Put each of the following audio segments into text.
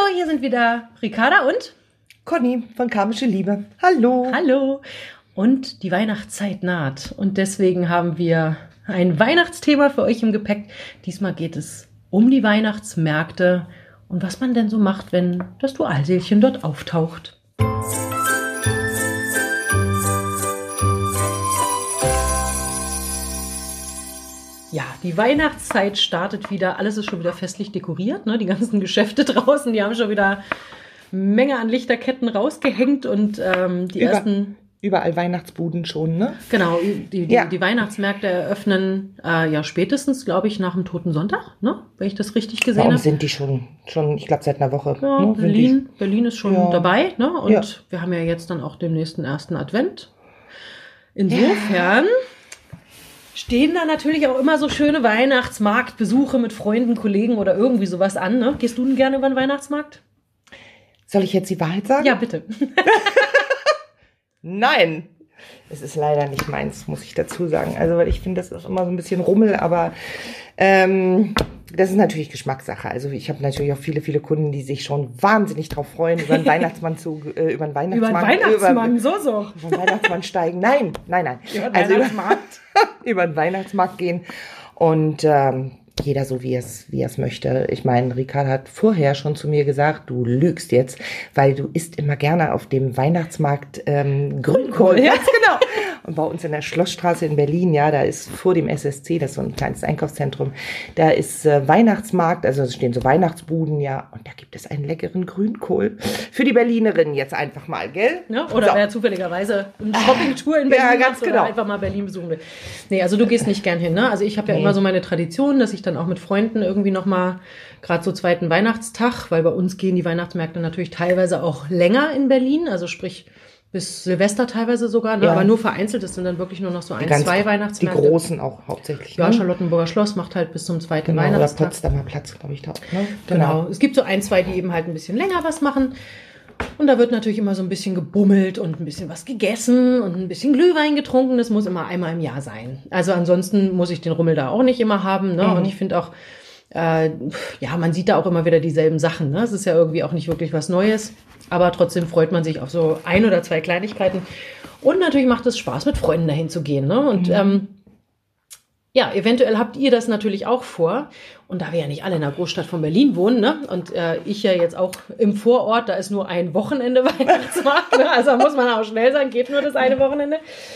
hier sind wieder Ricarda und Conny von Karmische Liebe. Hallo. Hallo. Und die Weihnachtszeit naht. Und deswegen haben wir ein Weihnachtsthema für euch im Gepäck. Diesmal geht es um die Weihnachtsmärkte und was man denn so macht, wenn das Dualseelchen dort auftaucht. Ja, die Weihnachtszeit startet wieder. Alles ist schon wieder festlich dekoriert. Ne? Die ganzen Geschäfte draußen, die haben schon wieder Menge an Lichterketten rausgehängt und die ersten... Überall Weihnachtsbuden schon, ne? Genau, die Weihnachtsmärkte eröffnen spätestens, glaube ich, nach dem Toten Sonntag, ne? Wenn ich das richtig gesehen habe. Warum sind die schon, ich glaube, seit einer Woche. Ja, ne? Berlin ist schon dabei, ne? Und wir haben ja jetzt dann auch den nächsten ersten Advent. Insofern stehen da natürlich auch immer so schöne Weihnachtsmarktbesuche mit Freunden, Kollegen oder irgendwie sowas an, ne? Gehst du denn gerne über den Weihnachtsmarkt? Soll ich jetzt die Wahrheit sagen? Ja, bitte. Nein, es ist leider nicht meins, muss ich dazu sagen. Also, weil ich finde, das ist immer so ein bisschen Rummel, aber das ist natürlich Geschmackssache. Also ich habe natürlich auch viele Kunden, die sich schon wahnsinnig drauf freuen, über den Weihnachtsmann über den Weihnachtsmann steigen. Nein. Über den Weihnachtsmarkt gehen und jeder so, wie es möchte. Ich meine, Ricarda hat vorher schon zu mir gesagt, du lügst jetzt, weil du isst immer gerne auf dem Weihnachtsmarkt Grünkohl. Ja, genau. Und bei uns in der Schlossstraße in Berlin, ja, da ist vor dem SSC, das ist so ein kleines Einkaufszentrum, da ist Weihnachtsmarkt, also es stehen so Weihnachtsbuden, ja, und da gibt es einen leckeren Grünkohl. Für die Berlinerinnen jetzt einfach mal, gell? Ja, oder wer zufälligerweise eine Shoppingtour in Berlin macht oder einfach mal Berlin besuchen will. Nee, also du gehst nicht gern hin, ne? Also ich habe ja immer so meine Tradition, dass ich dann auch mit Freunden irgendwie nochmal, gerade so zweiten Weihnachtstag, weil bei uns gehen die Weihnachtsmärkte natürlich teilweise auch länger in Berlin, also sprich bis Silvester teilweise sogar, ne? Ja. Aber nur vereinzelt, es sind dann wirklich nur noch so zwei Weihnachtsmärkte. Die großen auch hauptsächlich. Ja, Charlottenburger Schloss macht halt bis zum zweiten Weihnachtstag. Oder Potsdamer Platz, glaube ich, da. Ne? Genau. Es gibt so zwei, die eben halt ein bisschen länger was machen. Und da wird natürlich immer so ein bisschen gebummelt und ein bisschen was gegessen und ein bisschen Glühwein getrunken. Das muss immer einmal im Jahr sein. Also ansonsten muss ich den Rummel da auch nicht immer haben. Ne? Und ich finde auch, man sieht da auch immer wieder dieselben Sachen. Ne? Es ist ja irgendwie auch nicht wirklich was Neues. Aber trotzdem freut man sich auf so 1 oder 2 Kleinigkeiten. Und natürlich macht es Spaß, mit Freunden dahin zu gehen. Ne? Und eventuell habt ihr das natürlich auch vor. Und da wir ja nicht alle in der Großstadt von Berlin wohnen, ne? Und ich ja jetzt auch im Vorort, da ist nur ein Wochenende Weihnachtsmarkt, ne? Also da muss man auch schnell sein, geht nur das eine Wochenende.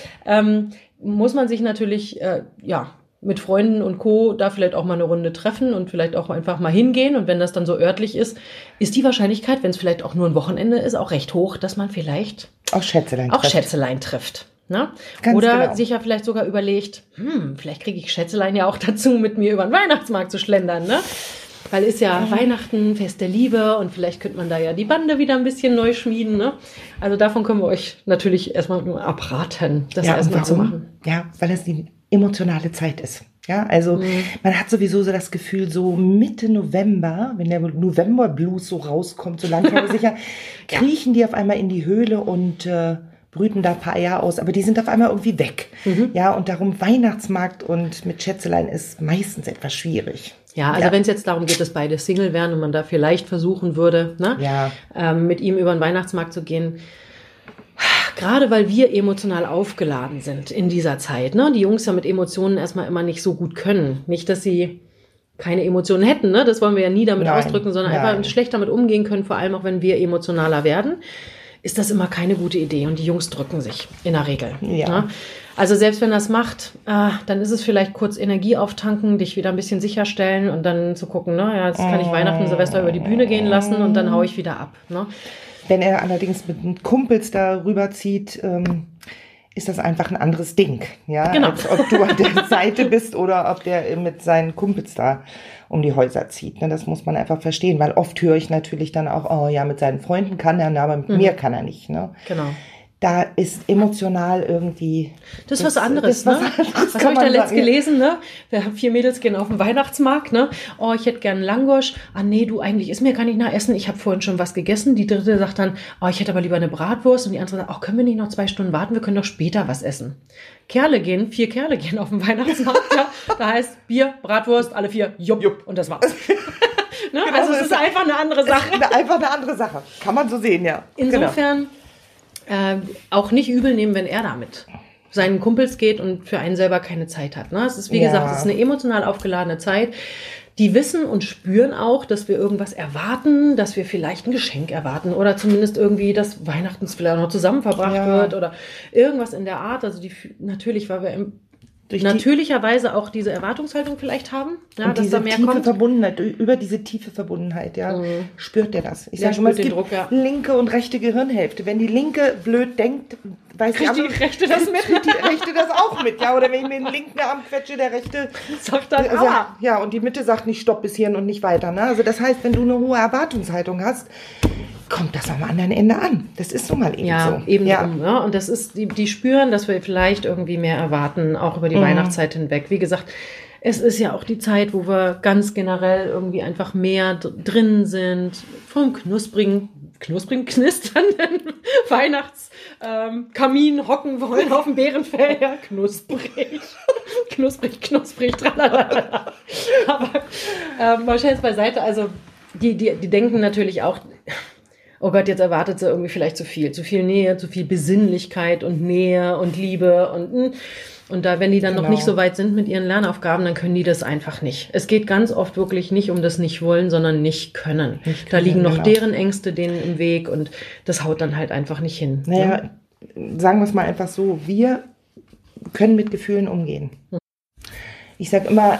Muss man sich natürlich, mit Freunden und Co. da vielleicht auch mal eine Runde treffen und vielleicht auch einfach mal hingehen. Und wenn das dann so örtlich ist, ist die Wahrscheinlichkeit, wenn es vielleicht auch nur ein Wochenende ist, auch recht hoch, dass man vielleicht auch Schätzelein trifft. Ne? Oder sich ja vielleicht sogar überlegt, vielleicht kriege ich Schätzelein ja auch dazu, mit mir über den Weihnachtsmarkt zu schlendern. Ne? Weil ist ja Weihnachten, Fest der Liebe und vielleicht könnte man da ja die Bande wieder ein bisschen neu schmieden. Ne? Also davon können wir euch natürlich erstmal nur abraten, das erstmal zu machen. Ja, weil es die emotionale Zeit ist. Ja, also man hat sowieso so das Gefühl, so Mitte November, wenn der November-Blues so rauskommt, so langsam sicher, kriechen die auf einmal in die Höhle und brüten da ein paar Eier aus, aber die sind auf einmal irgendwie weg. Ja, und darum Weihnachtsmarkt und mit Schätzelein ist meistens etwas schwierig. Ja, also wenn es jetzt darum geht, dass beide Single wären und man da vielleicht versuchen würde, mit ihm über den Weihnachtsmarkt zu gehen, gerade weil wir emotional aufgeladen sind in dieser Zeit, ne? Die Jungs ja mit Emotionen erstmal immer nicht so gut können. Nicht, dass sie keine Emotionen hätten, ne? Das wollen wir ja nie damit ausdrücken, sondern einfach schlecht damit umgehen können, vor allem auch wenn wir emotionaler werden, ist das immer keine gute Idee und die Jungs drücken sich in der Regel. Ja. Ne? Also selbst wenn das macht, dann ist es vielleicht kurz Energie auftanken, dich wieder ein bisschen sicherstellen und dann zu gucken, jetzt kann ich Weihnachten, Silvester über die Bühne gehen lassen und dann hau ich wieder ab, ne? Wenn er allerdings mit Kumpels da rüberzieht, ist das einfach ein anderes Ding. Ja? Genau. Als ob du an der Seite bist oder ob der mit seinen Kumpels da um die Häuser zieht. Ne? Das muss man einfach verstehen, weil oft höre ich natürlich dann auch, mit seinen Freunden kann er, aber mit mir kann er nicht. Ne? Genau. da ist emotional irgendwie... Das ist was anderes, ne? Was habe ich da letzt gelesen, ne? Wir haben 4 Mädels gehen auf den Weihnachtsmarkt, ne? Oh, ich hätte gern Langosch. Ah, nee, du, eigentlich ist mir gar nicht nach Essen. Ich habe vorhin schon was gegessen. Die dritte sagt dann, oh, ich hätte aber lieber eine Bratwurst. Und die andere sagt, oh, können wir nicht noch 2 Stunden warten? Wir können doch später was essen. 4 Kerle gehen auf den Weihnachtsmarkt, ja? Da heißt Bier, Bratwurst, alle 4, jupp. Und das war's. Ne? Genau, also es ist einfach eine andere Sache. Einfach eine andere Sache. Kann man so sehen, ja. Insofern... auch nicht übel nehmen, wenn er damit seinen Kumpels geht und für einen selber keine Zeit hat. Ne? Es ist, wie gesagt, es ist eine emotional aufgeladene Zeit. Die wissen und spüren auch, dass wir irgendwas erwarten, dass wir vielleicht ein Geschenk erwarten oder zumindest irgendwie, dass Weihnachten vielleicht noch zusammen verbracht wird oder irgendwas in der Art. Also natürlich, weil wir natürlicherweise auch diese Erwartungshaltung vielleicht haben, ja, und dass diese da mehr tiefe kommt. Verbundenheit, über diese tiefe Verbundenheit, spürt der das. Ich sage schon mal, es gibt Druck, linke und rechte Gehirnhälfte. Wenn die linke blöd denkt, weiß kriegt die Rechte das mit. Kriegt die Rechte das auch mit, ja. Oder wenn ich mir den linken Arm quetsche, der rechte sagt dann, ja, und die Mitte sagt nicht Stopp bis hierhin und nicht weiter. Ne? Also das heißt, wenn du eine hohe Erwartungshaltung hast, kommt das am anderen Ende an. Das ist so mal eben so. Eben drum, ja. Und das ist, die spüren, dass wir vielleicht irgendwie mehr erwarten, auch über die Weihnachtszeit hinweg. Wie gesagt, es ist ja auch die Zeit, wo wir ganz generell irgendwie einfach mehr drin sind, vom knusprigen, knisternden Weihnachtskamin hocken wollen auf dem Bärenfell. Ja, knusprig, tralala. Aber mal Scherz beiseite, also die denken natürlich auch, oh Gott, jetzt erwartet sie irgendwie vielleicht zu viel Nähe, zu viel Besinnlichkeit und Nähe und Liebe und da, wenn die dann noch nicht so weit sind mit ihren Lernaufgaben, dann können die das einfach nicht. Es geht ganz oft wirklich nicht um das Nicht-Wollen, sondern Nicht-Können. Da liegen noch deren Ängste denen im Weg und das haut dann halt einfach nicht hin. Naja, sagen wir es mal einfach so, wir können mit Gefühlen umgehen. Ich sage immer,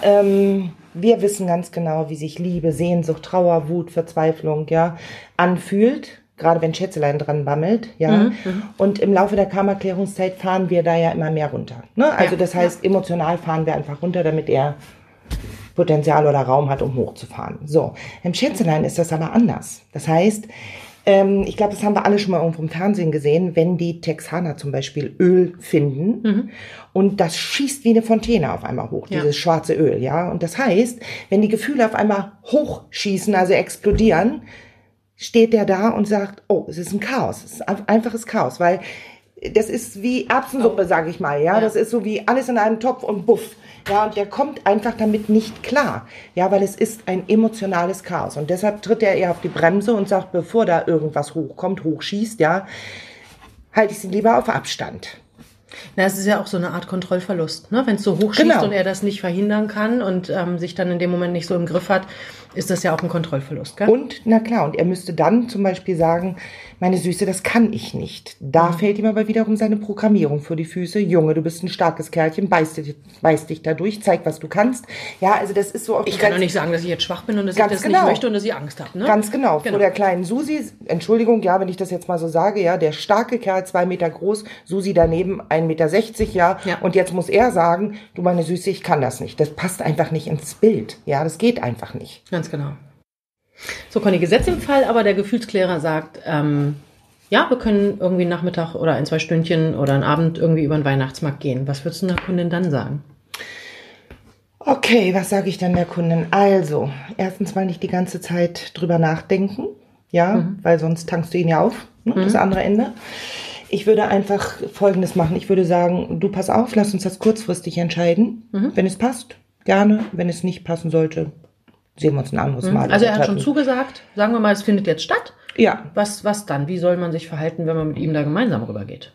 wir wissen ganz genau, wie sich Liebe, Sehnsucht, Trauer, Wut, Verzweiflung anfühlt. Gerade wenn Schätzelein dran bammelt, Und im Laufe der Karma-Klärungszeit fahren wir da ja immer mehr runter. Ne? Also das heißt, emotional fahren wir einfach runter, damit er Potenzial oder Raum hat, um hochzufahren. So, im Schätzelein ist das aber anders. Das heißt, ich glaube, das haben wir alle schon mal irgendwo im Fernsehen gesehen, wenn die Texaner zum Beispiel Öl finden und das schießt wie eine Fontäne auf einmal hoch, dieses schwarze Öl, ja. Und das heißt, wenn die Gefühle auf einmal hochschießen, also explodieren, steht der da und sagt, oh, es ist ein Chaos, es ist ein einfaches Chaos, weil das ist wie Erbsensuppe, sage ich mal, ja. Das ist so wie alles in einem Topf und buff. Ja, und der kommt einfach damit nicht klar. Ja, weil es ist ein emotionales Chaos. Und deshalb tritt er eher auf die Bremse und sagt, bevor da irgendwas hochkommt, hochschießt, ja, halte ich sie lieber auf Abstand. Na, es ist ja auch so eine Art Kontrollverlust, ne? Wenn es so hochschießt und er das nicht verhindern kann und sich dann in dem Moment nicht so im Griff hat, ist das ja auch ein Kontrollverlust, gell? Und, na klar, und er müsste dann zum Beispiel sagen, meine Süße, das kann ich nicht. Da fällt ihm aber wiederum seine Programmierung vor die Füße. Junge, du bist ein starkes Kerlchen, beiß dich da durch, zeig, was du kannst. Ja, also das ist so... Ich kann doch nicht sagen, dass ich jetzt schwach bin und dass ich das nicht möchte und dass ich Angst habe, ne? Ganz genau. Vor der kleinen Susi, Entschuldigung, ja, wenn ich das jetzt mal so sage, ja, der starke Kerl, 2 Meter groß, Susi daneben, 1,60 Meter, ja. Und jetzt muss er sagen, du meine Süße, ich kann das nicht. Das passt einfach nicht ins Bild. Ja, das geht einfach nicht. Ganz genau. So, Conny, Gesetz im Fall, aber der Gefühlsklärer sagt, ja, wir können irgendwie Nachmittag oder 1-2 Stündchen oder einen Abend irgendwie über den Weihnachtsmarkt gehen. Was würdest du der Kundin dann sagen? Okay, was sage ich dann der Kundin? Also, erstens mal nicht die ganze Zeit drüber nachdenken, ja, weil sonst tankst du ihn ja auf, ne, das andere Ende. Ich würde einfach Folgendes machen. Ich würde sagen, du pass auf, lass uns das kurzfristig entscheiden. Wenn es passt, gerne. Wenn es nicht passen sollte, sehen wir uns ein anderes Mal. Also er hat schon zugesagt, sagen wir mal, es findet jetzt statt. Ja. Was dann? Wie soll man sich verhalten, wenn man mit ihm da gemeinsam rübergeht?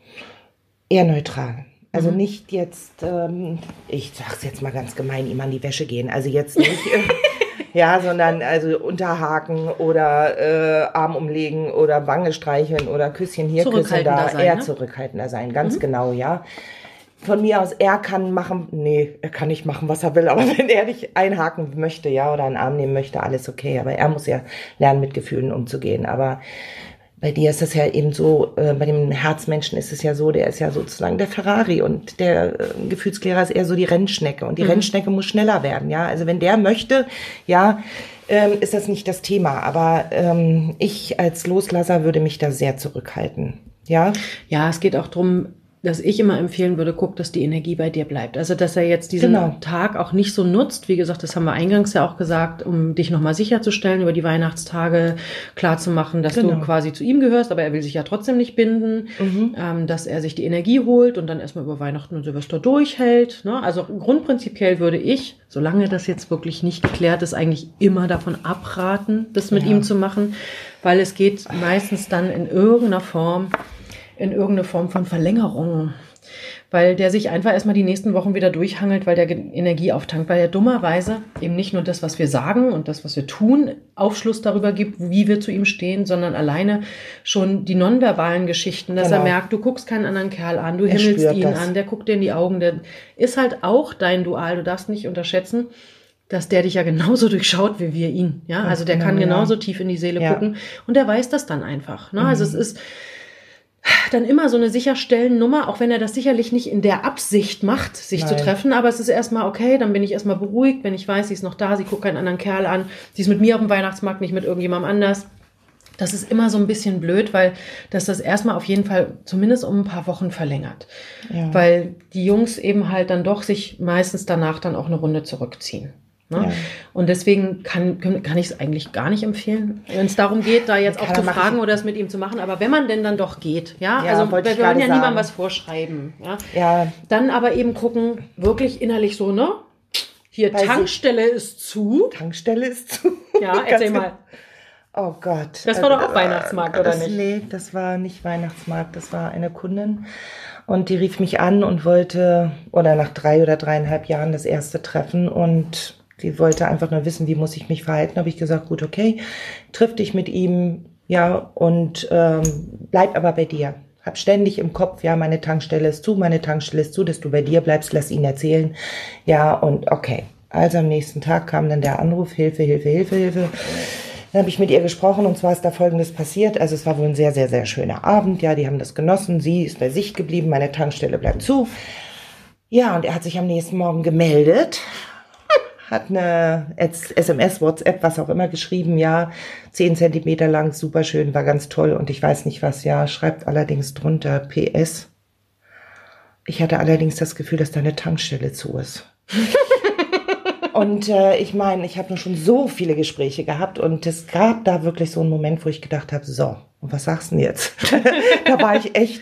Eher neutral. Also nicht jetzt, ich sag's jetzt mal ganz gemein, ihm an die Wäsche gehen. Also jetzt nicht, ja, sondern also unterhaken oder Arm umlegen oder Wange streicheln oder Küsschen hier, Küsschen da. Sein, eher ne? zurückhaltender sein, ganz genau, ja. Von mir aus, er kann nicht machen, was er will, aber wenn er dich einhaken möchte, ja, oder einen Arm nehmen möchte, alles okay. Aber er muss ja lernen, mit Gefühlen umzugehen. Aber bei dir ist das ja eben so, bei dem Herzmenschen ist es ja so, der ist ja sozusagen der Ferrari und der Gefühlsklärer ist eher so die Rennschnecke. Und die Rennschnecke muss schneller werden, ja. Also wenn der möchte, ja, ist das nicht das Thema. Aber ich als Loslasser würde mich da sehr zurückhalten. Ja. Ja, es geht auch darum, dass ich immer empfehlen würde, guck, dass die Energie bei dir bleibt. Also, dass er jetzt diesen Tag auch nicht so nutzt. Wie gesagt, das haben wir eingangs ja auch gesagt, um dich nochmal sicherzustellen, über die Weihnachtstage klarzumachen, dass du quasi zu ihm gehörst, aber er will sich ja trotzdem nicht binden, dass er sich die Energie holt und dann erstmal über Weihnachten und Silvester durchhält. Ne? Also grundprinzipiell würde ich, solange das jetzt wirklich nicht geklärt ist, eigentlich immer davon abraten, das mit ihm zu machen, weil es geht meistens dann in irgendeine Form von Verlängerung, weil der sich einfach erstmal die nächsten Wochen wieder durchhangelt, weil der Energie auftankt, weil er dummerweise eben nicht nur das, was wir sagen und das, was wir tun, Aufschluss darüber gibt, wie wir zu ihm stehen, sondern alleine schon die nonverbalen Geschichten, dass er merkt, du guckst keinen anderen Kerl an, du himmelst ihn an, der guckt dir in die Augen, der ist halt auch dein Dual, du darfst nicht unterschätzen, dass der dich ja genauso durchschaut wie wir ihn, ja, also der kann genauso tief in die Seele gucken und der weiß das dann einfach, ne? Also es ist dann immer so eine Sicherstellennummer, auch wenn er das sicherlich nicht in der Absicht macht, sich zu treffen, aber es ist erstmal okay, dann bin ich erstmal beruhigt, wenn ich weiß, sie ist noch da, sie guckt keinen anderen Kerl an, sie ist mit mir auf dem Weihnachtsmarkt, nicht mit irgendjemandem anders. Das ist immer so ein bisschen blöd, weil das erstmal auf jeden Fall zumindest um ein paar Wochen verlängert. Ja. Weil die Jungs eben halt dann doch sich meistens danach dann auch eine Runde zurückziehen. Ne? Ja. Und deswegen kann ich es eigentlich gar nicht empfehlen, wenn es darum geht, da jetzt auch zu fragen oder es mit ihm zu machen. Aber wenn man denn dann doch geht, also wir wollen ja niemandem was vorschreiben. Ja? Dann aber eben gucken, wirklich innerlich so, ne? Hier, Tankstelle ist zu. Tankstelle ist zu. Ja, erzähl mal. Oh Gott. Das war doch auch Weihnachtsmarkt, oder nicht? Nee, das war nicht Weihnachtsmarkt. Das war eine Kundin. Und die rief mich an und wollte, oder nach 3 oder 3,5 Jahren das erste Treffen und sie wollte einfach nur wissen, wie muss ich mich verhalten. Habe ich gesagt, gut, okay, triff dich mit ihm, ja, und bleib aber bei dir. Hab ständig im Kopf, ja, meine Tankstelle ist zu, dass du bei dir bleibst, lass ihn erzählen. Ja, und okay. Also am nächsten Tag kam dann der Anruf, Hilfe. Dann habe ich mit ihr gesprochen und zwar ist da Folgendes passiert. Also es war wohl ein sehr, sehr, sehr schöner Abend. Ja, die haben das genossen. Sie ist bei sich geblieben, meine Tankstelle bleibt zu. Ja, und er hat sich am nächsten Morgen gemeldet. Hat eine SMS, WhatsApp, was auch immer geschrieben, ja, 10 Zentimeter lang, super schön, war ganz toll und ich weiß nicht was, ja, schreibt allerdings drunter PS. Ich hatte allerdings das Gefühl, dass da eine Tankstelle zu ist. Und ich meine, ich habe nur schon so viele Gespräche gehabt und es gab da wirklich so einen Moment, wo ich gedacht habe, so, und was sagst du denn jetzt? Da war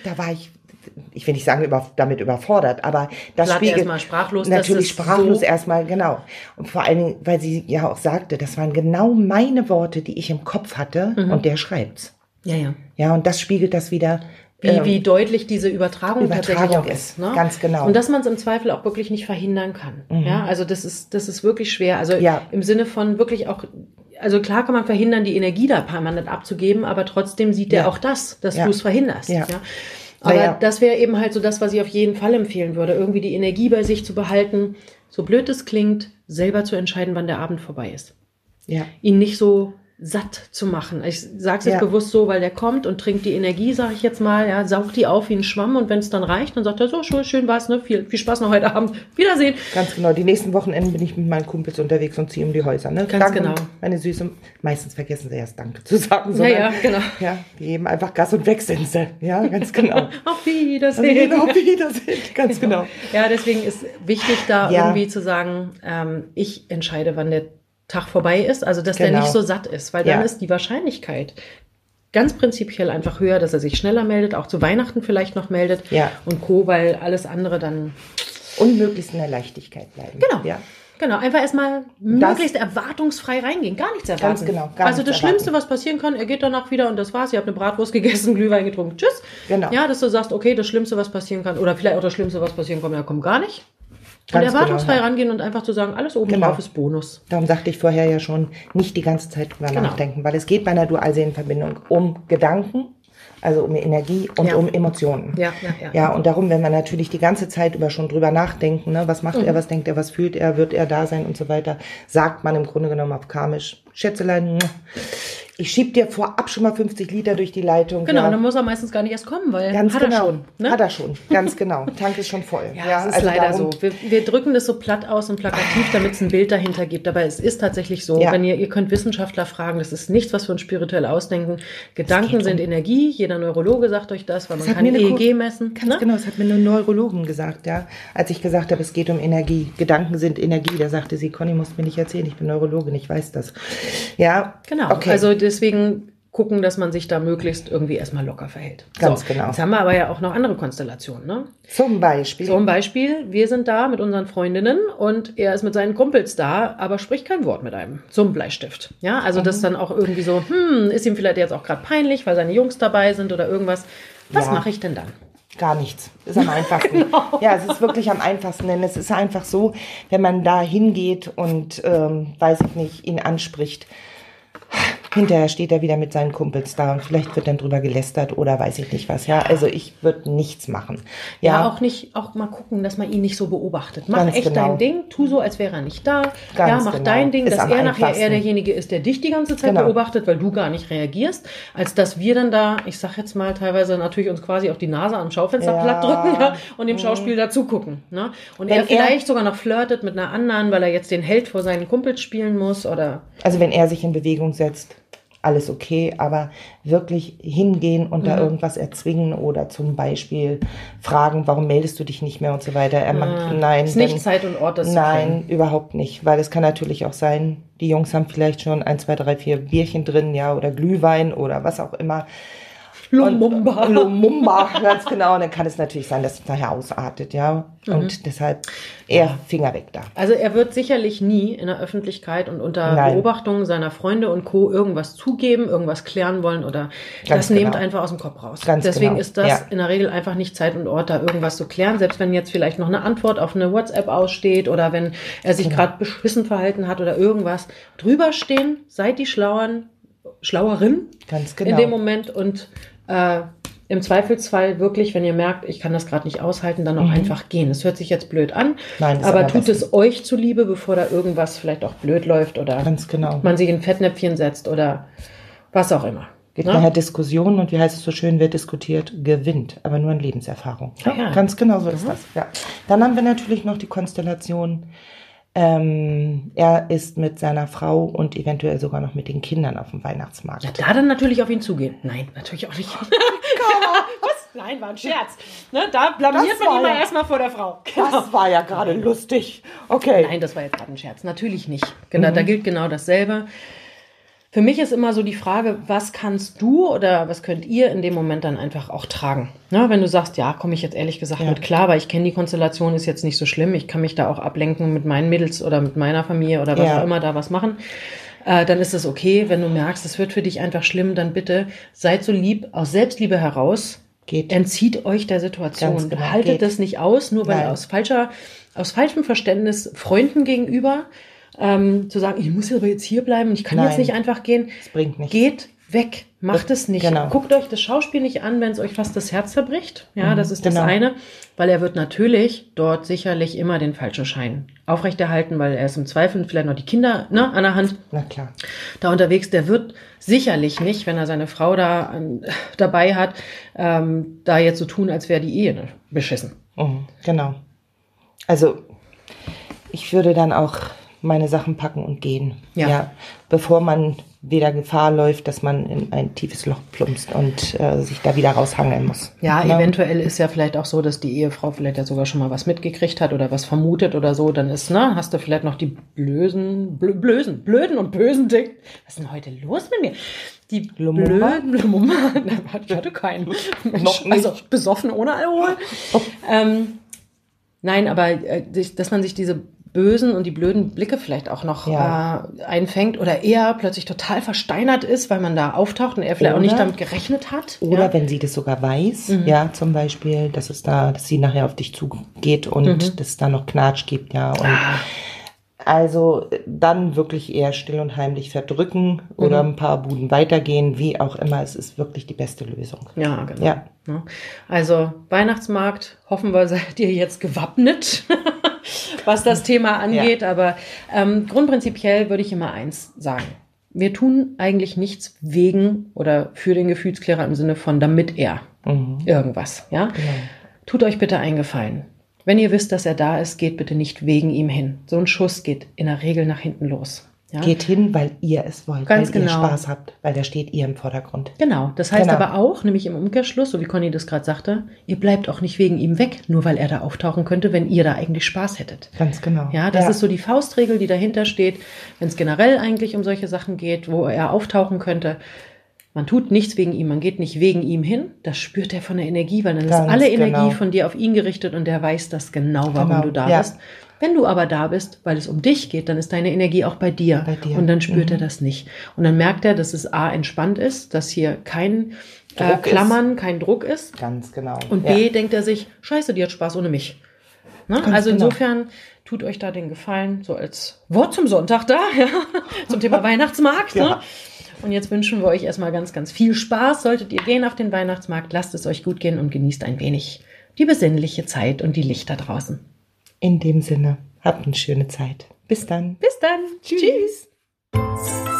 ich will nicht sagen, damit überfordert, aber das spiegelt erstmal sprachlos. Natürlich sprachlos so erstmal, genau. Und vor allen Dingen, weil sie ja auch sagte, das waren genau meine Worte, die ich im Kopf hatte und der schreibt's. Ja. Ja, und das spiegelt das wieder. Wie deutlich diese Übertragung tatsächlich auch ist. Ne? Ganz genau. Und dass man es im Zweifel auch wirklich nicht verhindern kann. Ja, also das ist wirklich schwer. Also im Sinne von wirklich auch, also klar kann man verhindern, die Energie da permanent abzugeben, aber trotzdem sieht der auch das, dass du es verhinderst. Ja. Aber das wäre eben halt so das, was ich auf jeden Fall empfehlen würde, irgendwie die Energie bei sich zu behalten, so blöd es klingt, selber zu entscheiden, wann der Abend vorbei ist. Ja. Ihn nicht so satt zu machen. Ich sage es jetzt bewusst so, weil der kommt und trinkt die Energie, sage ich jetzt mal, ja, saugt die auf wie ein Schwamm und wenn es dann reicht, dann sagt er so, schön war's, ne? Viel Spaß noch heute Abend. Wiedersehen. Ganz genau. Die nächsten Wochenenden bin ich mit meinen Kumpels unterwegs und ziehe um die Häuser. Ne? Ganz Danke, genau. Meine Süße. Meistens vergessen sie erst Danke zu sagen. Sondern, genau. Ja, die geben einfach Gas und weg sind sie. Ja, ganz genau. Auf Wiedersehen. Auf Wiedersehen. Ganz genau. Ja, deswegen ist wichtig, da irgendwie zu sagen, ich entscheide, wann der Tag vorbei ist, also dass der nicht so satt ist, weil dann ist die Wahrscheinlichkeit ganz prinzipiell einfach höher, dass er sich schneller meldet, auch zu Weihnachten vielleicht noch meldet und Co., weil alles andere dann und möglichst in der Leichtigkeit bleiben. Genau, einfach erstmal möglichst erwartungsfrei reingehen, gar nichts erwarten. Ganz genau. Also das Schlimmste, was passieren kann, er geht danach wieder und das war's, ihr habt eine Bratwurst gegessen, Glühwein getrunken, tschüss. Genau. Ja, dass du sagst, okay, das Schlimmste, was passieren kann, oder vielleicht auch das Schlimmste, was passieren kann, kommt gar nicht. Und erwartungsfrei rangehen und einfach zu sagen, alles oben drauf ist Bonus. Darum sagte ich vorher ja schon, nicht die ganze Zeit drüber nachdenken, weil es geht bei einer Dualseelenverbindung um Gedanken, also um Energie und um Emotionen. Ja, und darum, wenn wir natürlich die ganze Zeit schon drüber nachdenken, ne, was macht er, was denkt er, was fühlt er, wird er da sein und so weiter, sagt man im Grunde genommen auf karmisch, Schätzelein, Ich schieb dir vorab schon mal 50 Liter durch die Leitung. Genau, ja. dann muss er meistens gar nicht erst kommen, weil Ganz hat genau. er schon. Ne? Hat er schon, ganz genau. Tank ist schon voll. Ja, das ist leider so. Wir drücken das so platt aus und plakativ, damit es ein Bild dahinter gibt. Aber es ist tatsächlich so, wenn ihr könnt Wissenschaftler fragen, das ist nichts, was wir uns spirituell ausdenken. Gedanken sind Energie, jeder Neurologe sagt euch das, weil man kann EEG messen. Ganz genau, das hat mir eine Neurologin gesagt, ja. Als ich gesagt habe, es geht um Energie. Gedanken sind Energie, da sagte sie, Conny, musst mir nicht erzählen, ich bin Neurologin, ich weiß das. Ja, genau. Okay. Also deswegen gucken, dass man sich da möglichst irgendwie erstmal locker verhält. Ganz genau. Jetzt haben wir aber ja auch noch andere Konstellationen, ne? Zum Beispiel, wir sind da mit unseren Freundinnen und er ist mit seinen Kumpels da, aber spricht kein Wort mit einem zum Bleistift. Ja, also das dann auch irgendwie so, ist ihm vielleicht jetzt auch gerade peinlich, weil seine Jungs dabei sind oder irgendwas. Was mache ich denn dann? Gar nichts. Ist am einfachsten. Genau. Ja, es ist wirklich am einfachsten, denn es ist einfach so, wenn man da hingeht und, weiß ich nicht, ihn anspricht, hinterher steht er wieder mit seinen Kumpels da und vielleicht wird dann drüber gelästert oder weiß ich nicht was. Ja, also ich würde nichts machen. Ja, auch mal gucken, dass man ihn nicht so beobachtet. Mach echt dein Ding, tu so, als wäre er nicht da. Mach dein Ding, dass er nachher eher derjenige ist, der dich die ganze Zeit beobachtet, weil du gar nicht reagierst, als dass wir dann da, ich sag jetzt mal, teilweise natürlich uns quasi auf die Nase am Schaufenster platt drücken und dem Schauspiel dazu gucken. Ne? Und er vielleicht sogar noch flirtet mit einer anderen, weil er jetzt den Held vor seinen Kumpels spielen muss oder. Also wenn er sich in Bewegung setzt, alles okay, aber wirklich hingehen und da irgendwas erzwingen oder zum Beispiel fragen, warum meldest du dich nicht mehr und so weiter. Er macht, nein. Ist nicht Zeit und Ort, das zu Nein, überhaupt nicht, weil es kann natürlich auch sein, die Jungs haben vielleicht schon 1, 2, 3, 4 Bierchen drin, ja, oder Glühwein oder was auch immer. Lumumba, ganz genau. Und dann kann es natürlich sein, dass es nachher ausartet, ja. Und deshalb eher Finger weg da. Also er wird sicherlich nie in der Öffentlichkeit und unter Beobachtung seiner Freunde und Co. irgendwas zugeben, irgendwas klären wollen oder das nehmt einfach aus dem Kopf raus. Deswegen ist das in der Regel einfach nicht Zeit und Ort, da irgendwas zu klären. Selbst wenn jetzt vielleicht noch eine Antwort auf eine WhatsApp aussteht oder wenn er sich gerade beschissen verhalten hat oder irgendwas. Drüber stehen, seid die Schlauerin. Ganz genau. In dem Moment und im Zweifelsfall wirklich, wenn ihr merkt, ich kann das gerade nicht aushalten, dann auch einfach gehen. Das hört sich jetzt blöd an, aber tut es euch zuliebe, bevor da irgendwas vielleicht auch blöd läuft oder man sich in Fettnäpfchen setzt oder was auch immer. Geht nachher Diskussionen und wie heißt es so schön, wer diskutiert, gewinnt, aber nur in Lebenserfahrung. Ja, ganz genau so ist das. Ja. Dann haben wir natürlich noch die Konstellation, er ist mit seiner Frau und eventuell sogar noch mit den Kindern auf dem Weihnachtsmarkt. Ja, da dann natürlich auf ihn zugehen. Nein, natürlich auch nicht. Was? Nein, war ein Scherz. Ne, da blamiert man ihn mal erstmal vor der Frau. Genau. Das war ja gerade lustig. Okay. Nein, das war jetzt gerade ein Scherz. Natürlich nicht. Genau, da gilt genau dasselbe. Für mich ist immer so die Frage, was kannst du oder was könnt ihr in dem Moment dann einfach auch tragen? Ja, wenn du sagst, ja, komme ich jetzt ehrlich gesagt mit klar, weil ich kenne die Konstellation, ist jetzt nicht so schlimm. Ich kann mich da auch ablenken mit meinen Mädels oder mit meiner Familie oder was auch immer da was machen. Dann ist es okay. Wenn du merkst, es wird für dich einfach schlimm, dann bitte seid so lieb, aus Selbstliebe heraus. Entzieht euch der Situation. Genau, haltet das nicht aus, nur weil aus falschem Verständnis Freunden gegenüber zu sagen, ich muss aber jetzt hier bleiben, ich kann jetzt nicht einfach gehen. Das bringt nichts. Geht weg, macht es nicht. Genau. Guckt euch das Schauspiel nicht an, wenn es euch fast das Herz zerbricht. Ja, das ist das eine. Weil er wird natürlich dort sicherlich immer den falschen Schein aufrechterhalten, weil er ist im Zweifel vielleicht noch die Kinder an der Hand. Na klar. Da unterwegs, der wird sicherlich nicht, wenn er seine Frau da dabei hat, da jetzt so tun, als wäre die Ehe beschissen. Genau. Also ich würde dann auch meine Sachen packen und gehen. Ja. Bevor man wieder Gefahr läuft, dass man in ein tiefes Loch plumpst und sich da wieder raushangeln muss. Ja, eventuell ist ja vielleicht auch so, dass die Ehefrau vielleicht ja sogar schon mal was mitgekriegt hat oder was vermutet oder so. Dann hast du vielleicht noch die blöden und bösen Dinge. Was ist denn heute los mit mir? Die blöden Lumumba. Ich hatte keinen. Mensch, also besoffen ohne Alkohol. Nein, aber dass man sich diese bösen und die blöden Blicke vielleicht auch noch einfängt oder eher plötzlich total versteinert ist, weil man da auftaucht und er vielleicht auch nicht damit gerechnet hat. Oder wenn sie das sogar weiß, zum Beispiel, dass sie nachher auf dich zugeht und dass es da noch Knatsch gibt, und also dann wirklich eher still und heimlich verdrücken oder ein paar Buden weitergehen, wie auch immer, es ist wirklich die beste Lösung. Ja, genau. Ja. Also Weihnachtsmarkt, hoffen wir, seid ihr jetzt gewappnet, was das Thema angeht, aber grundprinzipiell würde ich immer eins sagen. wir tun eigentlich nichts wegen oder für den Gefühlsklärer im Sinne von damit er irgendwas. Ja? Genau. Tut euch bitte einen Gefallen. Wenn ihr wisst, dass er da ist, geht bitte nicht wegen ihm hin. So ein Schuss geht in der Regel nach hinten los. Ja? Geht hin, weil ihr es wollt, Ganz weil ihr genau. Spaß habt, weil da steht ihr im Vordergrund. Genau, das heißt Genau. aber auch, nämlich im Umkehrschluss, so wie Conny das gerade sagte, ihr bleibt auch nicht wegen ihm weg, nur weil er da auftauchen könnte, wenn ihr da eigentlich Spaß hättet. Ganz genau. Ja, das ist so die Faustregel, die dahinter steht, wenn es generell eigentlich um solche Sachen geht, wo er auftauchen könnte. Man tut nichts wegen ihm, man geht nicht wegen ihm hin, das spürt er von der Energie, weil dann Ganz ist alle genau. Energie von dir auf ihn gerichtet und der weiß das genau, warum Genau, du da ja. bist. Wenn du aber da bist, weil es um dich geht, dann ist deine Energie auch bei dir. Bei dir. Und dann spürt er das nicht. Und dann merkt er, dass es A, entspannt ist, dass hier kein Druck Klammern, kein Druck ist. Ganz genau. Und B, denkt er sich, scheiße, die hat Spaß ohne mich. Ne? Also genau. insofern tut euch da den Gefallen, so als Wort zum Sonntag da, ja, zum Thema Weihnachtsmarkt. Ja. Ne? Und jetzt wünschen wir euch erstmal ganz, ganz viel Spaß. Solltet ihr gehen auf den Weihnachtsmarkt, lasst es euch gut gehen und genießt ein wenig die besinnliche Zeit und die Lichter draußen. In dem Sinne, habt eine schöne Zeit. Bis dann. Bis dann. Tschüss.